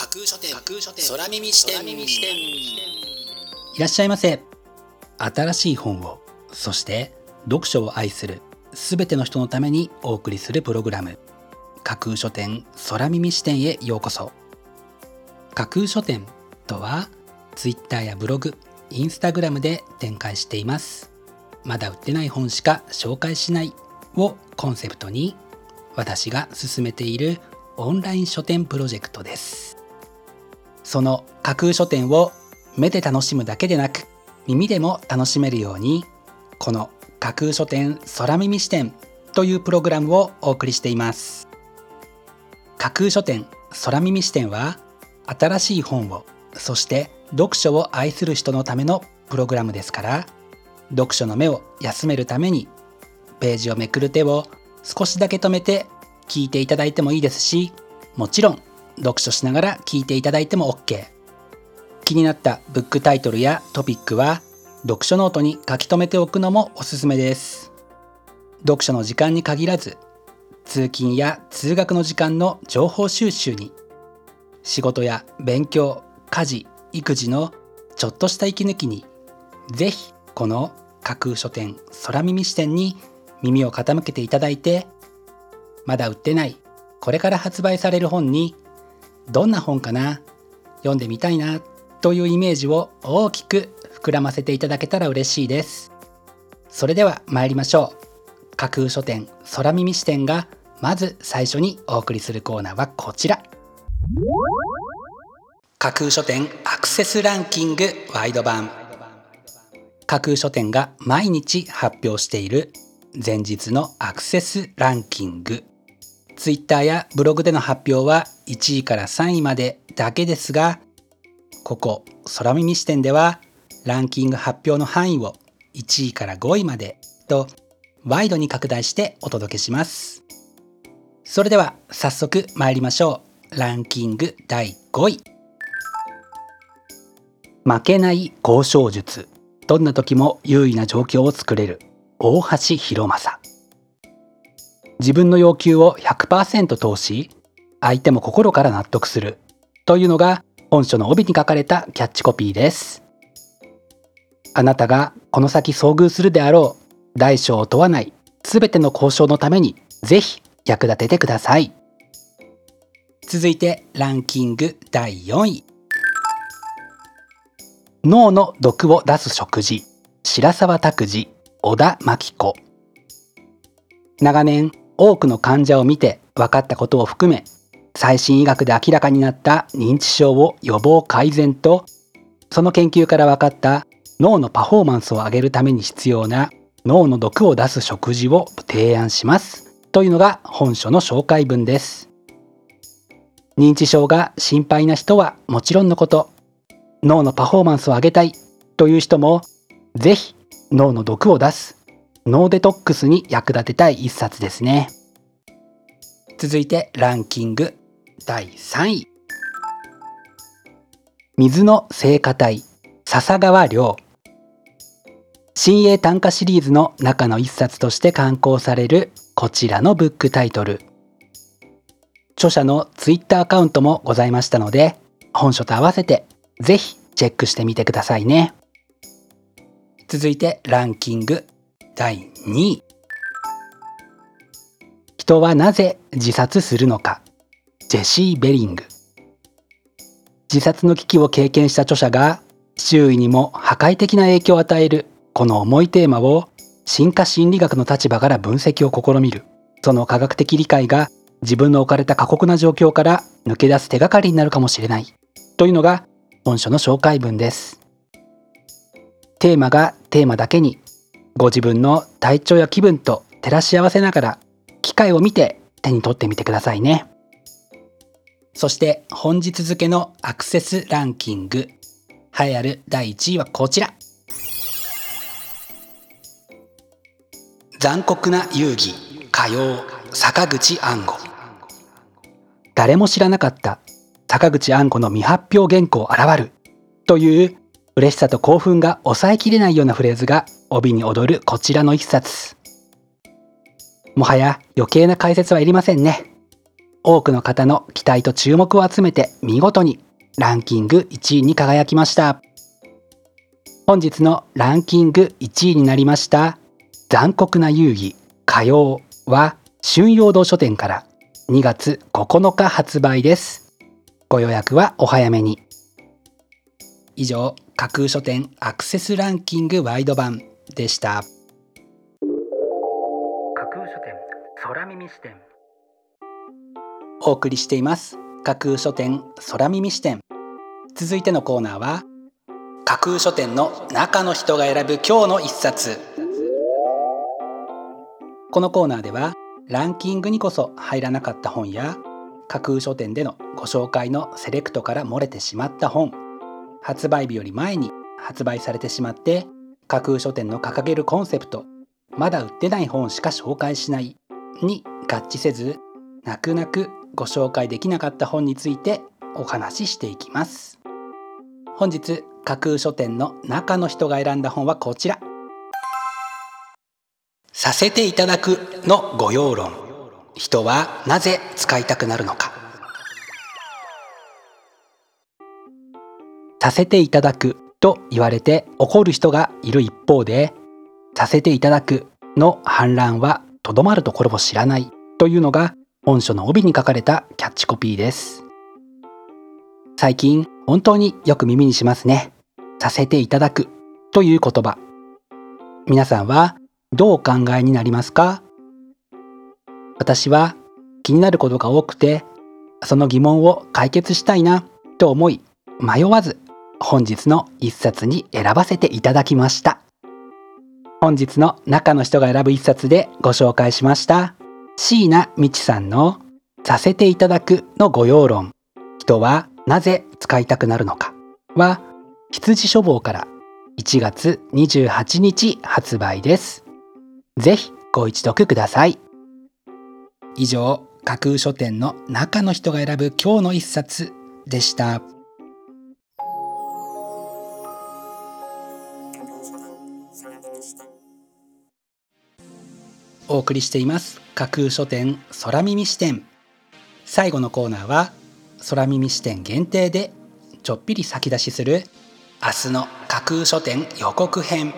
空書店空耳視点。 いらっしゃいませ。新しい本を、そして読書を愛するすべての人のためにお送りするプログラム、架空書店空耳視点へようこそ。架空書店とは Twitter やブログ、Instagram で展開しています。まだ売ってない本しか紹介しないをコンセプトに、私が進めているオンライン書店プロジェクトです。その架空書店を目で楽しむだけでなく、耳でも楽しめるように、この架空書店空耳視点というプログラムをお送りしています。架空書店空耳視点は、新しい本を、そして読書を愛する人のためのプログラムですから、読書の目を休めるために、ページをめくる手を少しだけ止めて聞いていただいてもいいですし、もちろん読書しながら聞いていただいても OK。 気になったブックタイトルやトピックは読書ノートに書き留めておくのもおすすめです。読書の時間に限らず、通勤や通学の時間の情報収集に、仕事や勉強、家事、育児のちょっとした息抜きに、ぜひこの架空書店空耳視点に耳を傾けていただいて、まだ売ってない、これから発売される本に、どんな本かな、読んでみたいなというイメージを大きく膨らませていただけたら嬉しいです。それでは参りましょう。架空書店空耳視点がまず最初にお送りするコーナーはこちら。架空書店アクセスランキングワイド版。架空書店が毎日発表している前日のアクセスランキング。ツイッターやブログでの発表は1位から3位までだけですが、ここ空耳視点ではランキング発表の範囲を1位から5位までとワイドに拡大してお届けします。それでは早速参りましょう。ランキング第5位。負けない交渉術。どんな時も優位な状況を作れる大橋弘正。自分の要求を 100% 通し、相手も心から納得するというのが本書の帯に書かれたキャッチコピーです。あなたがこの先遭遇するであろう大小を問わないすべての交渉のために、ぜひ役立ててください。続いてランキング第4位。脳の毒を出す食事。白沢拓司、小田真紀子。長年多くの患者を見て分かったことを含め、最新医学で明らかになった認知症を予防改善と、その研究から分かった脳のパフォーマンスを上げるために必要な脳の毒を出す食事を提案しますというのが本書の紹介文です。認知症が心配な人はもちろんのこと、脳のパフォーマンスを上げたいという人も、ぜひ脳の毒を出す脳デトックスに役立てたい一冊ですね。続いてランキング第3位。水の聖歌隊、笹川亮。新鋭短歌シリーズの中の一冊として刊行されるこちらのブックタイトル。著者のツイッターアカウントもございましたので、本書と合わせてぜひチェックしてみてくださいね。続いてランキング第2位。人はなぜ自殺するのか、ジェシー・ベリング。自殺の危機を経験した著者が周囲にも破壊的な影響を与えるこの重いテーマを進化心理学の立場から分析を試みる。その科学的理解が自分の置かれた過酷な状況から抜け出す手がかりになるかもしれないというのが本書の紹介文です。テーマがテーマだけに、ご自分の体調や気分と照らし合わせながら機会を見て手に取ってみてくださいね。そして本日付のアクセスランキング、栄えある第1位はこちら。残酷な遊戯、歌謡、坂口安吾。誰も知らなかった坂口安吾の未発表原稿現るという嬉しさと興奮が抑えきれないようなフレーズが帯に踊るこちらの一冊。もはや余計な解説はいりませんね。 多くの方の期待と注目を集めて見事にランキング1位に輝きました。本日のランキング1位になりました残酷な遊戯火曜は春陽堂書店から2月9日発売です。ご予約はお早めに。以上、架空書店アクセスランキングワイド版でした。架空書店空耳視点、お送りしています架空書店空耳視点。続いてのコーナーは架空書店の中の人が選ぶ今日の一冊。このコーナーではランキングにこそ入らなかった本や架空書店でのご紹介のセレクトから漏れてしまった本、発売日より前に発売されてしまって架空書店の掲げるコンセプト、まだ売ってない本しか紹介しないに合致せず、泣く泣くご紹介できなかった本についてお話ししていきます。本日架空書店の中の人が選んだ本はこちら。させていただくの御用論、人はなぜ使いたくなるのか。させていただくと言われて怒る人がいる一方で、させていただくの反乱はとどまるところを知らないというのが本書の帯に書かれたキャッチコピーです。最近本当によく耳にしますね。させていただくという言葉。皆さんはどうお考えになりますか？私は気になることが多くて、その疑問を解決したいなと思い、迷わず本日の一冊に選ばせていただきました。本日の中の人が選ぶ一冊でご紹介しました椎名美智さんのさせていただくの御用論、人はなぜ使いたくなるのかは羊書房から1月28日発売です。ぜひご一読ください。以上、架空書店の中の人が選ぶ今日の一冊でした。お送りしています架空書店空耳視点。最後のコーナーは空耳視点限定でちょっぴり先出しする明日の架空書店予告編。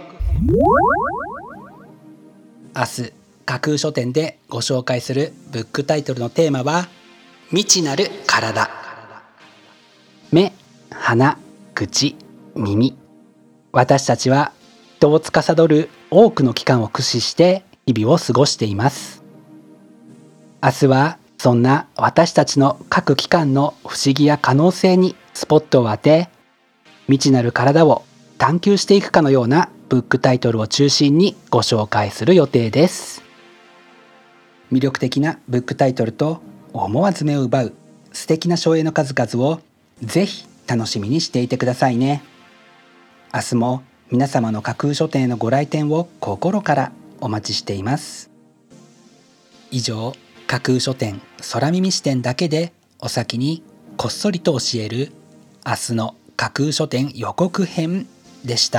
明日架空書店でご紹介するブックタイトルのテーマは未知なる体。目、鼻、口、耳、私たちは人を司る多くの器官を駆使して日々を過ごしています。明日はそんな私たちの各器官の不思議や可能性にスポットを当て、未知なる体を探求していくかのようなブックタイトルを中心にご紹介する予定です。魅力的なブックタイトルと思わず目を奪う素敵な書影の数々をぜひ楽しみにしていてくださいね。明日も皆様の架空書店へのご来店を心からお待ちしています。以上、架空書店空耳視点だけでお先にこっそりと教える明日の架空書店予告編でした。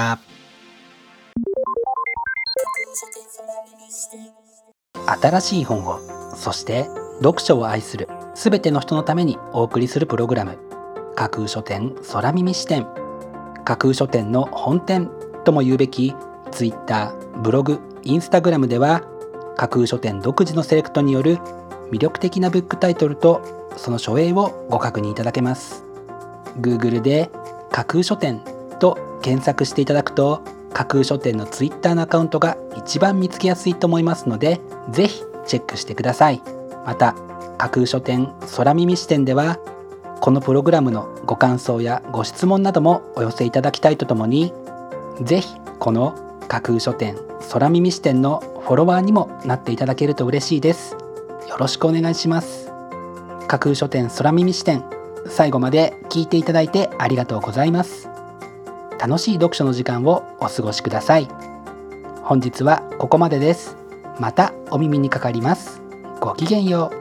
新しい本を、そして読書を愛するすべての人のためにお送りするプログラム、架空書店空耳視点。架空書店の本店とも言うべき Twitter、ブログ、インスタグラムでは架空書店独自のセレクトによる魅力的なブックタイトルとその書影をご確認いただけます。 Google で架空書店と検索していただくと架空書店の Twitter のアカウントが一番見つけやすいと思いますので、ぜひチェックしてください。また架空書店空耳視点ではこのプログラムのご感想やご質問などもお寄せいただきたいとともに、ぜひこの架空書店空耳視点のフォロワーにもなっていただけると嬉しいです。よろしくお願いします。架空書店空耳視点、最後まで聞いていただいてありがとうございます。楽しい読書の時間をお過ごしください。本日はここまでです。またお耳にかかります。ごきげんよう。